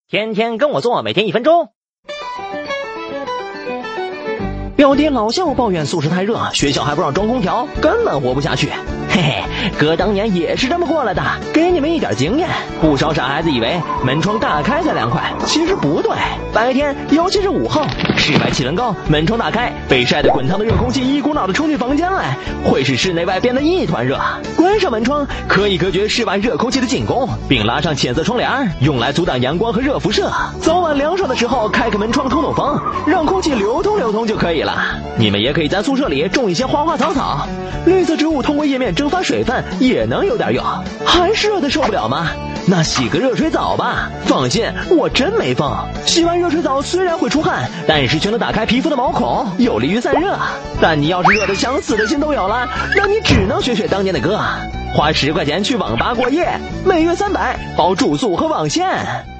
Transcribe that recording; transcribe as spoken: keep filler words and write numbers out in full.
天天跟我做，每天一分钟。表弟老向我抱怨宿舍太热，学校还不让装空调，根本活不下去。嘿嘿，哥当年也是这么过来的，给你们一点经验。不少傻孩子以为门窗大开才凉快，其实不对。白天，尤其是午后，室外气温高，门窗大开，被晒得滚烫的热空气一股脑的冲进房间来，会使室内外变得一团热。关上门窗，可以隔绝室外热空气的进攻，并拉上浅色窗帘，用来阻挡阳光和热辐射。早晚凉爽的时候，开开门窗通通风，让空气流通流通就可以了。你们也可以在宿舍里种一些花花草草，绿色植物通过叶面蒸发水分，也能有点用。还是热的受不了吗？那洗个热水澡吧。放心，我真没疯。洗完热水澡虽然会出汗，但是却能打开皮肤的毛孔，有利于散热。但你要是热得想死的心都有了，那你只能学学当年的哥，花十块钱去网吧过夜，每月三百包住宿和网线。